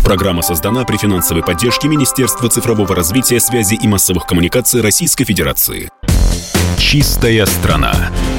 Программа создана при финансовой поддержке Министерства цифрового развития, связи и массовых коммуникаций Российской Федерации. Чистая страна.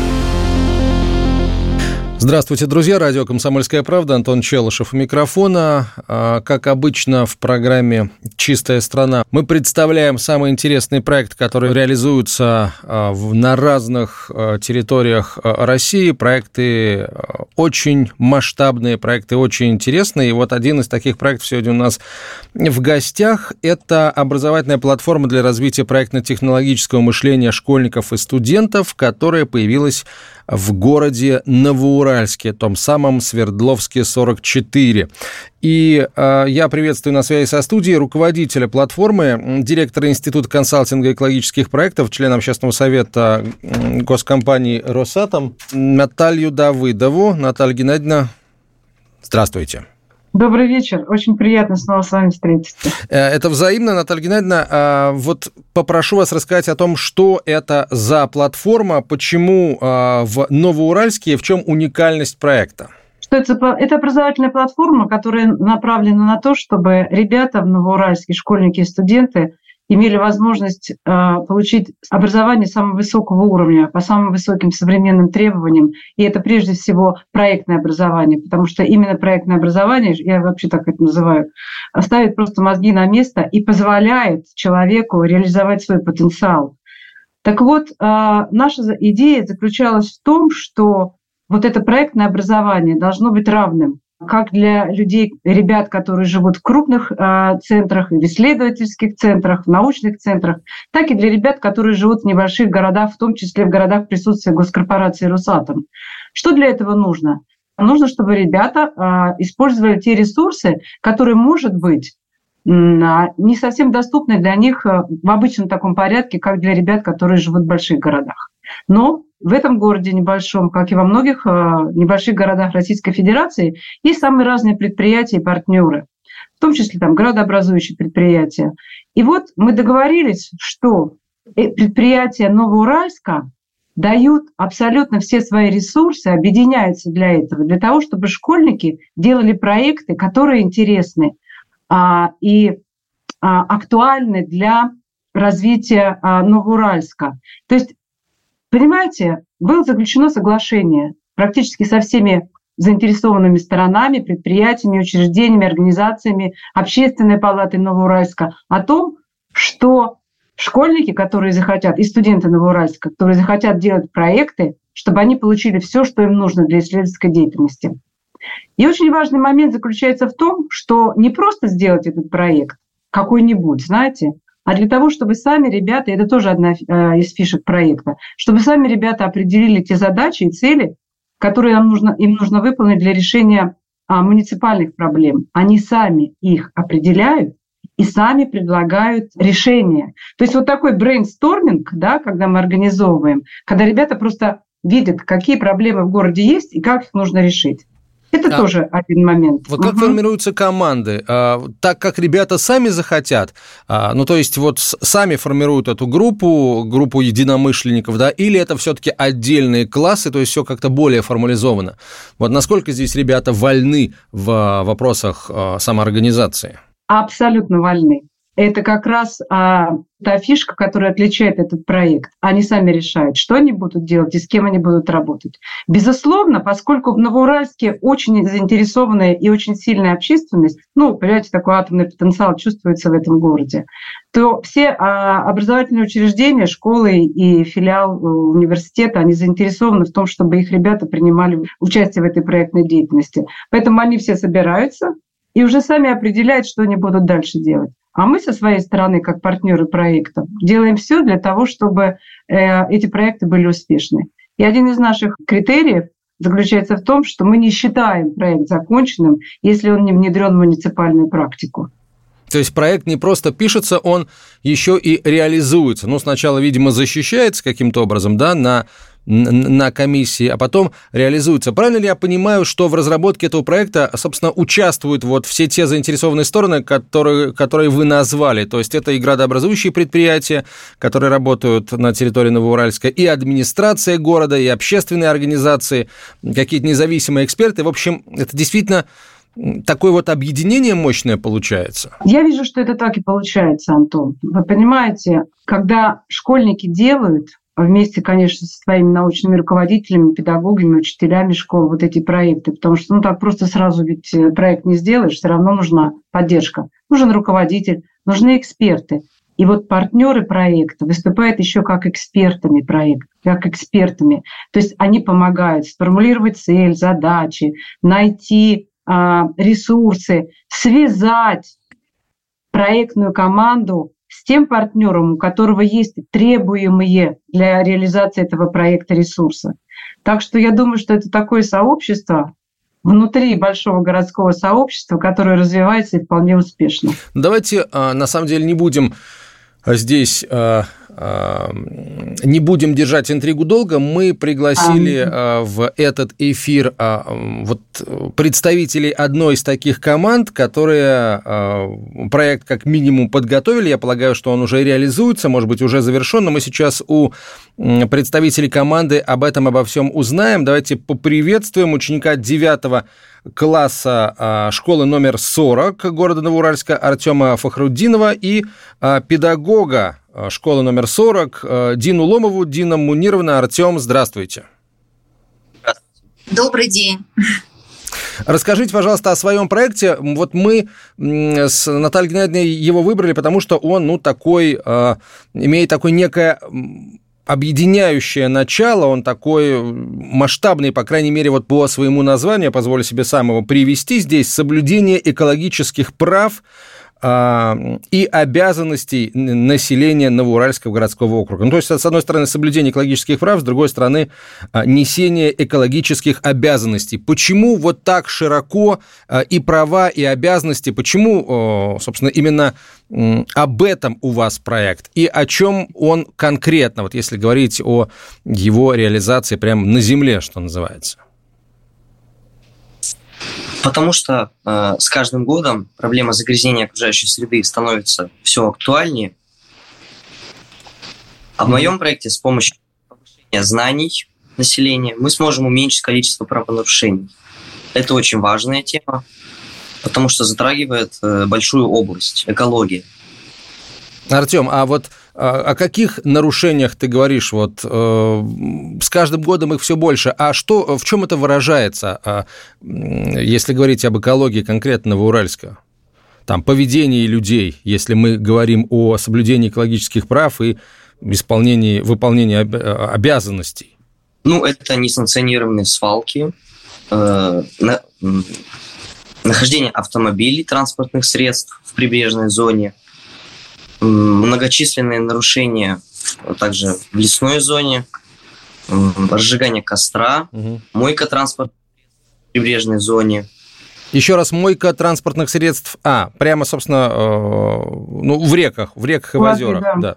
Здравствуйте, друзья. Радио «Комсомольская правда». Антон Челышев у микрофона. Как обычно в программе «Чистая страна» мы представляем самые интересные проекты, которые реализуются на разных территориях России. Проекты очень масштабные, проекты очень интересные. И вот один из таких проектов сегодня у нас в гостях. Это образовательная платформа для развития проектно-технологического мышления школьников и студентов, которая появилась в городе Новоуральске, том самом Свердловске 44. И я приветствую на связи со студией руководителя платформы, директора Института консалтинга экологических проектов, члена общественного совета госкомпании «Росатом» Наталью Давыдову. Наталья Геннадьевна, здравствуйте. Добрый вечер. Очень приятно снова с вами встретиться. Это взаимно, Наталья Геннадьевна. Вот попрошу вас рассказать о том, что это за платформа, почему в Новоуральске и в чем уникальность проекта. Это образовательная платформа, которая направлена на то, чтобы ребята в Новоуральске, школьники и студенты, имели возможность получить образование самого высокого уровня, по самым высоким современным требованиям. И это прежде всего проектное образование, потому что именно проектное образование, я вообще так это называю, ставит просто мозги на место и позволяет человеку реализовать свой потенциал. Так вот, наша идея заключалась в том, что вот это проектное образование должно быть равным как для людей, ребят, которые живут в крупных центрах, в исследовательских центрах, в научных центрах, так и для ребят, которые живут в небольших городах, в том числе в городах присутствия госкорпорации «Росатом». Что для этого нужно? Нужно, чтобы ребята использовали те ресурсы, которые, может быть, не совсем доступны для них в обычном таком порядке, как для ребят, которые живут в больших городах. Но в этом городе небольшом, как и во многих небольших городах Российской Федерации, есть самые разные предприятия и партнеры, в том числе там градообразующие предприятия. И вот мы договорились, что предприятия Новоуральска дают абсолютно все свои ресурсы, объединяются для этого, для того, чтобы школьники делали проекты, которые интересны и актуальны для развития Новоуральска. То есть, понимаете, было заключено соглашение практически со всеми заинтересованными сторонами, предприятиями, учреждениями, организациями Общественной палаты Новоуральска о том, что школьники, которые захотят, и студенты Новоуральска, которые захотят делать проекты, чтобы они получили все, что им нужно для исследовательской деятельности. И очень важный момент заключается в том, что не просто сделать этот проект какой-нибудь, знаете, а для того, чтобы сами ребята, это тоже одна из фишек проекта, чтобы сами ребята определили те задачи и цели, которые им нужно выполнить для решения муниципальных проблем. Они сами их определяют и сами предлагают решения. То есть вот такой брейнсторминг, да, когда мы организовываем, когда ребята просто видят, какие проблемы в городе есть и как их нужно решить. Это тоже один момент. Вот как формируются команды? Так как ребята сами захотят, то есть вот сами формируют эту группу единомышленников, да, или это все-таки отдельные классы, то есть все как-то более формализовано? Вот насколько здесь ребята вольны в вопросах самоорганизации? Абсолютно вольны. Это как раз та фишка, которая отличает этот проект. Они сами решают, что они будут делать и с кем они будут работать. Безусловно, поскольку в Новоуральске очень заинтересованная и очень сильная общественность, понимаете, такой атомный потенциал чувствуется в этом городе, то все образовательные учреждения, школы и филиал университета, они заинтересованы в том, чтобы их ребята принимали участие в этой проектной деятельности. Поэтому они все собираются и уже сами определяют, что они будут дальше делать. А мы со своей стороны, как партнеры проекта, делаем все для того, чтобы эти проекты были успешны. И один из наших критериев заключается в том, что мы не считаем проект законченным, если он не внедрен в муниципальную практику. То есть проект не просто пишется, он еще и реализуется. Сначала, видимо, защищается каким-то образом, да, на комиссии, а потом реализуется. Правильно ли я понимаю, что в разработке этого проекта, собственно, участвуют вот все те заинтересованные стороны, которые вы назвали? То есть это и градообразующие предприятия, которые работают на территории Новоуральска, и администрация города, и общественные организации, какие-то независимые эксперты. В общем, это действительно такое вот объединение мощное получается? Я вижу, что это так и получается, Антон. Вы понимаете, когда школьники делают вместе, конечно, со своими научными руководителями, педагогами, учителями школ вот эти проекты, потому что так просто сразу ведь проект не сделаешь, все равно нужна поддержка. Нужен руководитель, нужны эксперты. И вот партнеры проекта выступают еще как экспертами проекта, как экспертами. То есть они помогают сформулировать цель, задачи, найти ресурсы, связать проектную команду с тем партнером, у которого есть требуемые для реализации этого проекта ресурсы. Так что я думаю, что это такое сообщество внутри большого городского сообщества, которое развивается и вполне успешно. Давайте, на самом деле, не будем здесь... Не будем держать интригу долго. Мы пригласили в этот эфир вот представителей одной из таких команд, которые проект как минимум подготовили. Я полагаю, что он уже реализуется, может быть, уже завершен. Но мы сейчас у представителей команды обо всем узнаем. Давайте поприветствуем ученика 9 класса школы номер 40 города Новоуральска Артема Фахрутдинова и педагога школы номер 40 Дину Ломову. Дина Мунировна. Артем, здравствуйте. Добрый день. Расскажите, пожалуйста, о своем проекте. Вот мы с Натальей Геннадьевной его выбрали, потому что он, такой, имеет такое некое объединяющее начало, он такой масштабный, по крайней мере, вот по своему названию, позволю себе сам его привести здесь, соблюдение экологических прав и обязанностей населения Новоуральского городского округа. То есть, с одной стороны, соблюдение экологических прав, с другой стороны, несение экологических обязанностей. Почему вот так широко и права, и обязанности, почему, собственно, именно об этом у вас проект, и о чем он конкретно, вот если говорить о его реализации прямо на земле, что называется? Потому что с каждым годом проблема загрязнения окружающей среды становится все актуальнее. А в моем проекте с помощью повышения знаний населения мы сможем уменьшить количество правонарушений. Это очень важная тема, потому что затрагивает большую область – экологии. Артем, а вот о каких нарушениях ты говоришь? Вот с каждым годом их все больше. А что, в чем это выражается, если говорить об экологии конкретно Новоуральска? Там поведение людей, если мы говорим о соблюдении экологических прав и выполнении обязанностей. Это несанкционированные свалки, нахождение автомобилей, транспортных средств в прибрежной зоне, многочисленные нарушения также в лесной зоне, разжигание костра, мойка транспортных средств в прибрежной зоне. Еще раз, мойка транспортных средств, прямо, собственно, в реках и в озерах. Да.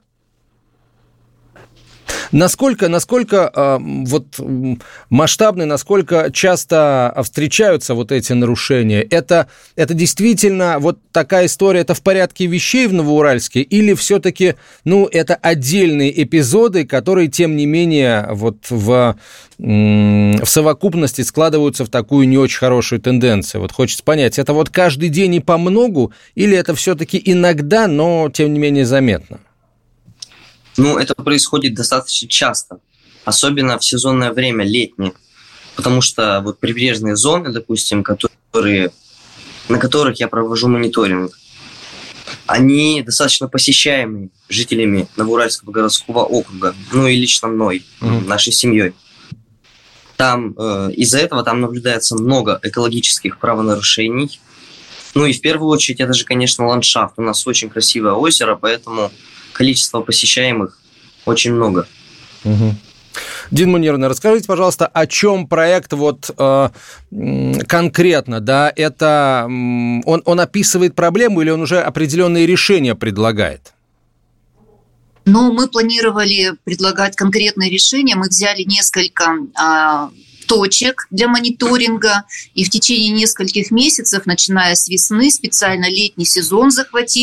Насколько вот масштабны, насколько часто встречаются вот эти нарушения? Это действительно вот такая история, это в порядке вещей в Новоуральске, или все-таки, это отдельные эпизоды, которые, тем не менее, вот в совокупности складываются в такую не очень хорошую тенденцию? Вот хочется понять, это вот каждый день и помногу, или это все-таки иногда, но, тем не менее, заметно? Это происходит достаточно часто, особенно в сезонное время, летнее, потому что вот прибрежные зоны, допустим, на которых я провожу мониторинг, они достаточно посещаемы жителями Новоуральского городского округа, и лично мной, нашей семьей. Там из-за этого там наблюдается много экологических правонарушений. И в первую очередь это же, конечно, ландшафт. У нас очень красивое озеро, поэтому количество посещаемых очень много. Дина Мунировна, расскажите, пожалуйста, о чем проект вот конкретно, да? Это он описывает проблему или он уже определенные решения предлагает? Мы планировали предлагать конкретные решения. Мы взяли несколько точек для мониторинга, и в течение нескольких месяцев, начиная с весны, специально летний сезон захватили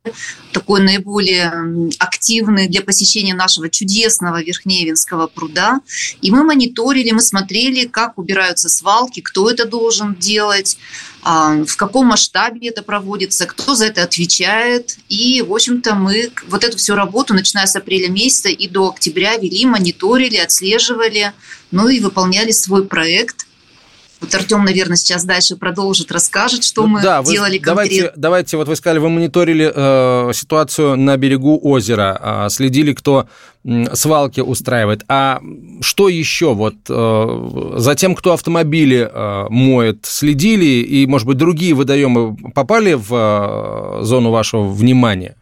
такой наиболее активный для посещения нашего чудесного Верхнеевинского пруда. И мы мониторили, мы смотрели, как убираются свалки, кто это должен делать, в каком масштабе это проводится, кто за это отвечает. И, в общем-то, мы вот эту всю работу, начиная с апреля месяца и до октября, вели, мониторили, отслеживали, ну и выполняли свой проект. Вот Артем, наверное, сейчас дальше продолжит, расскажет, что мы делали конкретно. Давайте, вот вы сказали, вы мониторили ситуацию на берегу озера, следили, кто свалки устраивает. А что еще? Вот за тем, кто автомобили моет, следили, и, может быть, другие водоемы попали в зону вашего внимания?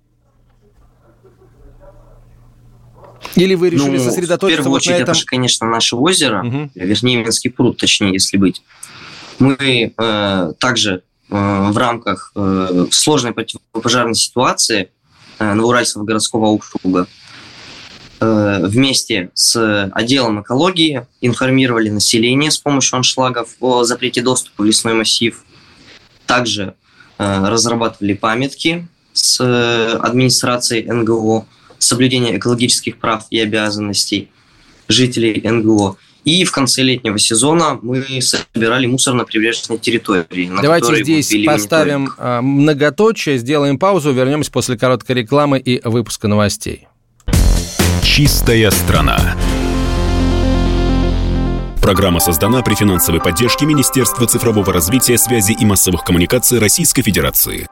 Или вы решили сосредоточиться в первую очередь, это же, конечно, наше озеро, Верхнеевинский пруд, точнее, если быть. Мы также в рамках сложной противопожарной ситуации Новоуральского городского округа вместе с отделом экологии информировали население с помощью аншлагов о запрете доступа в лесной массив. Также разрабатывали памятки с администрацией НГО, соблюдение экологических прав и обязанностей жителей НГО. И в конце летнего сезона мы собирали мусор на прибрежной территории. Давайте здесь поставим многоточие, сделаем паузу, вернемся после короткой рекламы и выпуска новостей. Чистая страна. Программа создана при финансовой поддержке Министерства цифрового развития, связи и массовых коммуникаций Российской Федерации.